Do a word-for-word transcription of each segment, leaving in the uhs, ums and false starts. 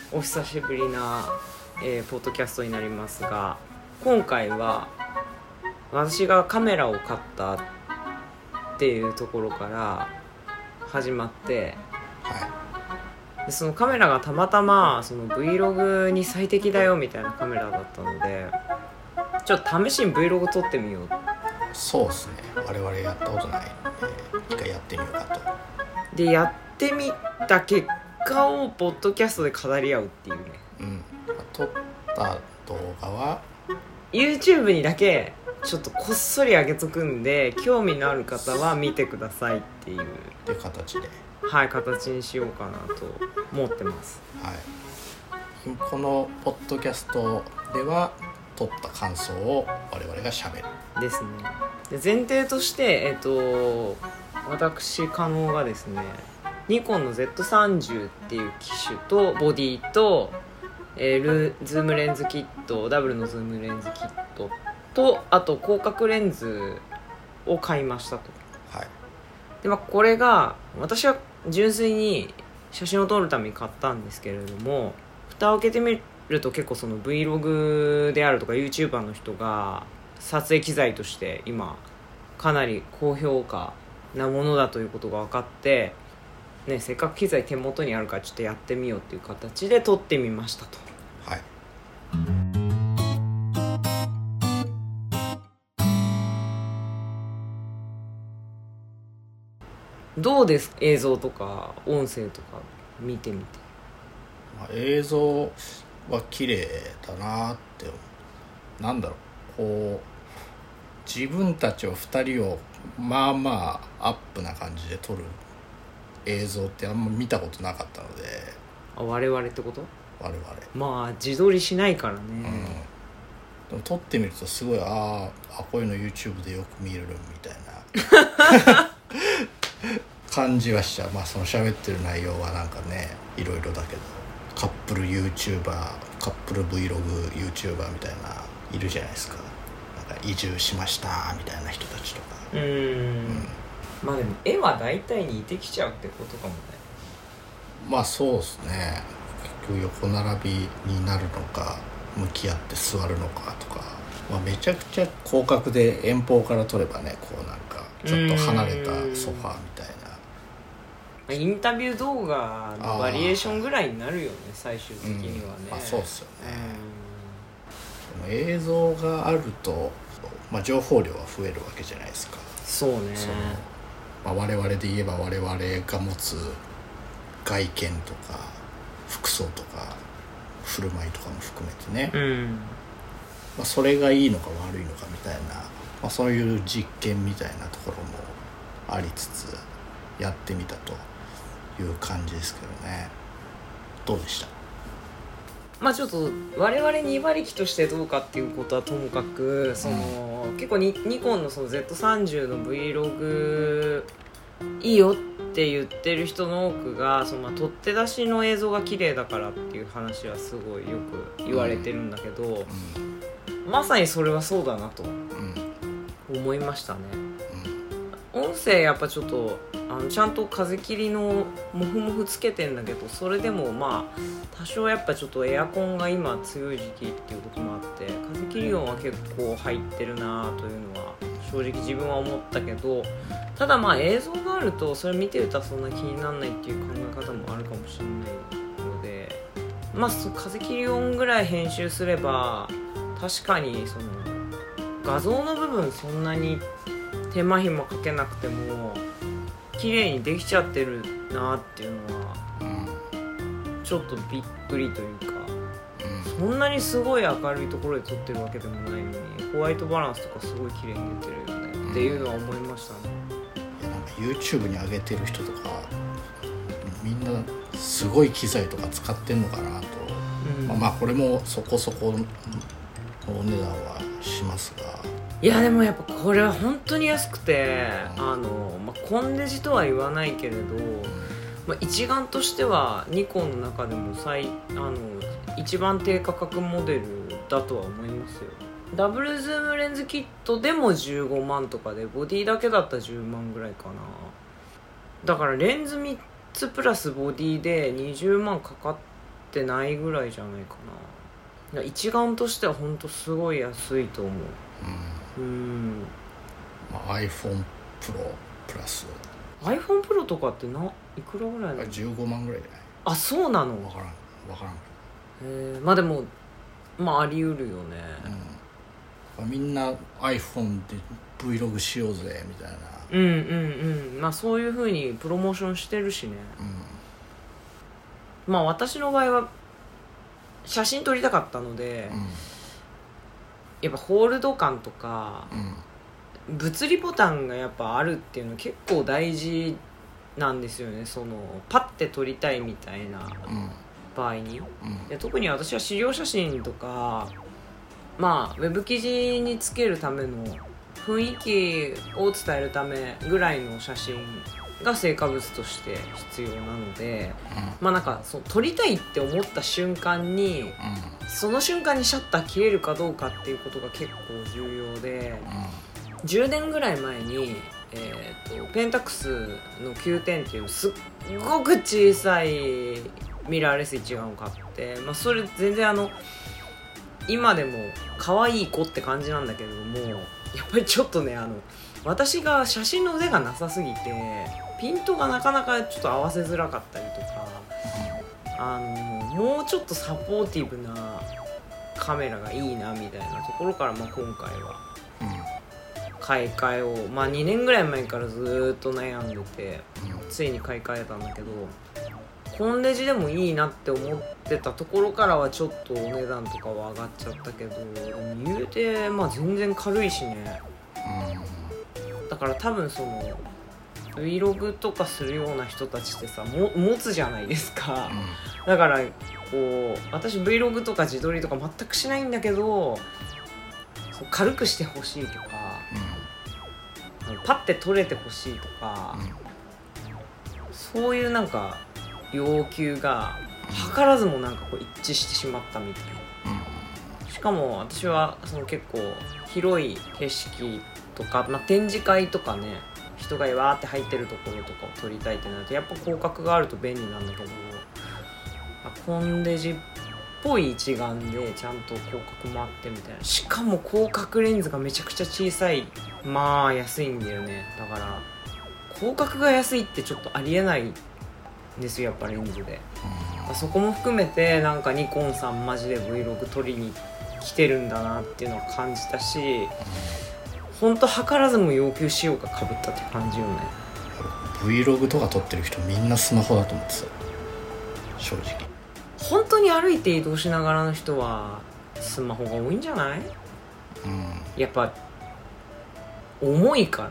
お久しぶりな、えー、ポッドキャストになりますが、今回は私がカメラを買ったっていうところから始まって、 はい、 でそのカメラがたまたまその Vlog に最適だよみたいなカメラだったので、ちょっと試しに Vlog 撮ってみよう。 そうですね、我々やったことないので一回やってみようかと。 でやってみた結果をポッドキャストで語り合うっていうね。 うん、撮った動画は YouTube にだけちょっとこっそり上げとくんで、興味のある方は見てくださいっていうって形で、 はい形にしようかなと思ってます。 はい、このポッドキャストでは撮った感想を我々がしゃべるですね。で前提としてえっと私加納がですね、ニコンの ゼットさんじゅう っていう機種とボディと、えー、ルズームレンズキット、ダブルのズームレンズキットと、あと広角レンズを買いましたと。 はい。 で、まあ、これが私は純粋に写真を撮るために買ったんですけれども、蓋を開けてみると結構その Vlog であるとか YouTuber の人が撮影機材として今かなり高評価なものだということが分かって、ね、せっかく機材手元にあるからちょっとやってみようっていう形で撮ってみましたと。 はい。 どうですか、映像とか音声とか見てみて。 まあ、映像は綺麗だなって思う。なんだろう、こう自分たちをふたりをまあまあアップな感じで撮る映像ってあんま見たことなかったので。 あ、我々ってこと？ 我々 まあ自撮りしないからね、 うん、でも撮ってみるとすごい、ああこういうの YouTube でよく見るみたいな感じはしちゃう。まあその喋ってる内容はなんかねいろいろだけど、カップル YouTuber、 カップル VlogYouTuber みたいないるじゃないですか。なんか移住しましたみたいな人たちとか。 うーん、うん、まあでも絵は大体似てきちゃうってことかもね。 まあそうですね。結局横並びになるのか向き合って座るのかとか、まあ、めちゃくちゃ広角で遠方から撮ればね、こうなんかちょっと離れたソファーみたいな、 インタビュー動画のバリエーションぐらいになるよね、最終的にはね。 うん、あそうっすよね。でも映像があると、まあ、情報量は増えるわけじゃないですか。 そうね。 その、まあ、我々で言えば我々が持つ外見とか服装とか振る舞いとかも含めてね、 うんまあ、それがいいのか悪いのかみたいな、まあ、そういう実験みたいなところもありつつやってみたという感じですけどね。どうでした？ まあちょっと我々に馬力としてどうかっていうことはともかく、その、うん、結構ニ, ニコンのその ゼットさんじゅう の Vlog いいよって言ってる人の多くがその、まあ、取って出しの映像が綺麗だからっていう話はすごいよく言われてるんだけど、うんうん、まさにそれはそうだなと思いましたね、うん、音声やっぱちょっとあのちゃんと風切りのモフモフつけてんだけど、それでもまあ多少やっぱちょっとエアコンが今強い時期っていうこともあって風切り音は結構入ってるなというのは正直自分は思ったけど、ただまあ映像があるとそれ見てるとそんな気にならないっていう考え方もあるかもしれないので、まあ風切り音ぐらい編集すれば確かにその画像の部分そんなに手間暇かけなくても綺麗にできちゃってるなっていうのはちょっとびっくりというか、そんなにすごい明るいところで撮ってるわけでもないのにホワイトバランスとかすごい綺麗に出てるよねっていうのは思いましたね。 いやなんか YouTube に上げてる人とかみんなすごい機材とか使ってんのかなと、うんまあ、まあこれもそこそこのお値段はしますが、 いやでもやっぱこれは本当に安くて、うん、あの、まあ、コンデジとは言わないけれど、うんまあ、一眼としてはニコンの中でも最あの一番低価格モデルだとは思いますよ。ダブルズームレンズキットでもじゅうごまんとかでボディだけだったらじゅうまんぐらいかな。だからレンズみっつプラスボディでにじゅうまんかかっってないぐらいじゃないかな。一眼としてはほんとすごい安いと思う。うん、うん、 まあ、iPhone Pro プラス iPhone Pro とかってないくらぐらいなの？ じゅうごまんぐらいじゃない？ あ、そうなの？ 分からん分からん。 へえ、まあでもまああり得るよね、 うん、みんな iPhone で Vlog しようぜみたいな。 うんうんうん、まあそういう風にプロモーションしてるしね、うん、まあ私の場合は写真撮りたかったので、うん、やっぱホールド感とか、うん、物理ボタンがやっぱあるっていうの結構大事なんですよね。そのパッて撮りたいみたいな場合に、うん、で特に私は資料写真とか、まあウェブ記事につけるための雰囲気を伝えるためぐらいの写真が成果物として必要なので、うん、まあなんかそう撮りたいって思った瞬間に、うん、その瞬間にシャッター切れるかどうかっていうことが結構重要で、うん、じゅうねんぐらい前に、えーと、ペンタックスのきゅうてんっていうすっごく小さいミラーレス一眼を買って、まあ、それ全然あの今でも可愛い子って感じなんだけれども、やっぱりちょっとね、あの私が写真の腕がなさすぎてピントがなかなかちょっと合わせづらかったりとか、あのもうちょっとサポーティブなカメラがいいなみたいなところから、まあ、今回は買い替えを、まあ、にねんぐらい前からずっと悩んでて、ついに買い替えたんだけど、コンデジでもいいなって思ってたところからはちょっとお値段とかは上がっちゃったけど、言うてまあ全然軽いしね、だから多分その Vlog とかするような人たちってさ、も持つじゃないですか、うん、だからこう私 Vlog とか自撮りとか全くしないんだけど、軽くしてほしいとか、うん、パッて撮れてほしいとか、うん、そういうなんか要求が図らずもなんかこう一致してしまったみたいな、うん、しかも私はその結構広い景色とか、まあ、展示会とかね、人がわーって入ってるところとかを撮りたいってなるとやっぱ広角があると便利なんだけど、コンデジっぽい一眼でちゃんと広角もあってみたいな、しかも広角レンズがめちゃくちゃ小さい、まあ安いんだよね。だから広角が安いってちょっとありえないですよ、やっぱレンズで。そこも含めてなんかニコンさんマジで Vlog 撮りに来てるんだなっていうのを感じたし、ほんと図らずも要求仕様が被ったって感じよね。 Vlog とか撮ってる人みんなスマホだと思ってた、正直。 本当に歩いて移動しながらの人はスマホが多いんじゃない？うん、やっぱ重いからね、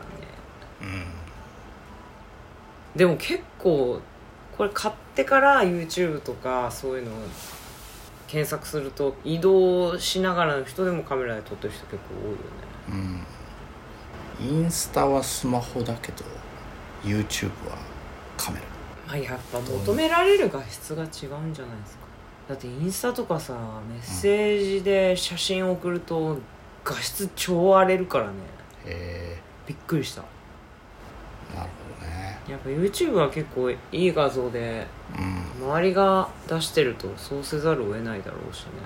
うん、でも結構これ買ってから YouTube とかそういうのを検索すると移動しながらの人でもカメラで撮ってる人結構多いよね、 うん、インスタはスマホだけど YouTube はカメラ、 まあ、やっぱ求められる画質が違うんじゃないですか。だってインスタとかさ、メッセージで写真送ると画質超荒れるからね、へー、びっくりした。 なるほどね。 やっぱ YouTube は結構いい画像で、うん、周りが出してるとそうせざるを得ないだろうしね、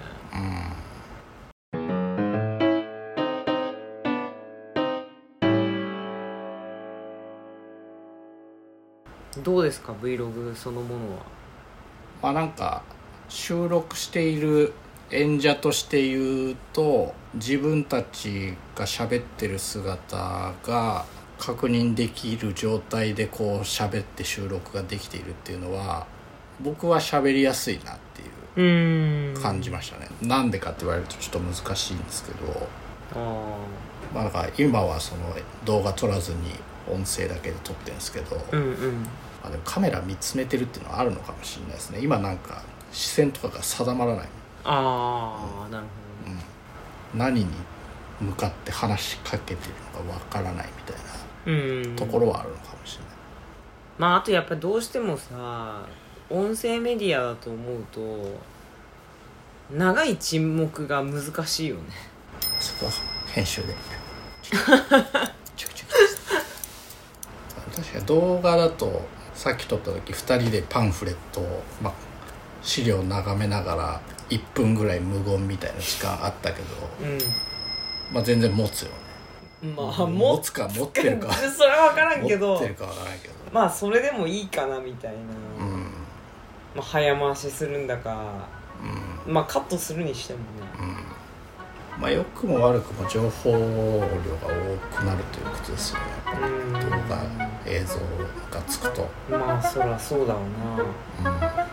うん、どうですか Vlog そのものは。 まあなんか収録している演者として言うと、自分たちが喋ってる姿が確認できる状態でこう喋って収録ができているっていうのは僕は喋りやすいなっていう感じましたね。なんでかって言われるとちょっと難しいんですけど、あ、まあなんか今はその動画撮らずに音声だけで撮ってるんですけど、うんうん、まあ、でもカメラ見つめてるっていうのはあるのかもしれないですね。今なんか視線とかが定まらない。 ああ、うん、なるほど、 うん、何に向かって話しかけてるのかわからないみたいなところはあるのかもしれない。 まああとやっぱりどうしてもさ、音声メディアだと思うと長い沈黙が難しいよね。 そこは編集でチュクチュクチュ確かに動画だとさっき撮った時ふたりでパンフレットを、まあ、 資料を眺めながらいっぷんぐらい無言みたいな時間あったけど、 うんまあ全然持つよね。 まあ持つか持ってるかそれは分からんけど持ってるか分からんけどまあそれでもいいかなみたいな、 うんまあ、早回しするんだか、 うんまあカットするにしてもね、 うんまあ良くも悪くも情報量が多くなるということですよね。 うん動画映像がつくとまあそらそうだろうな。 うん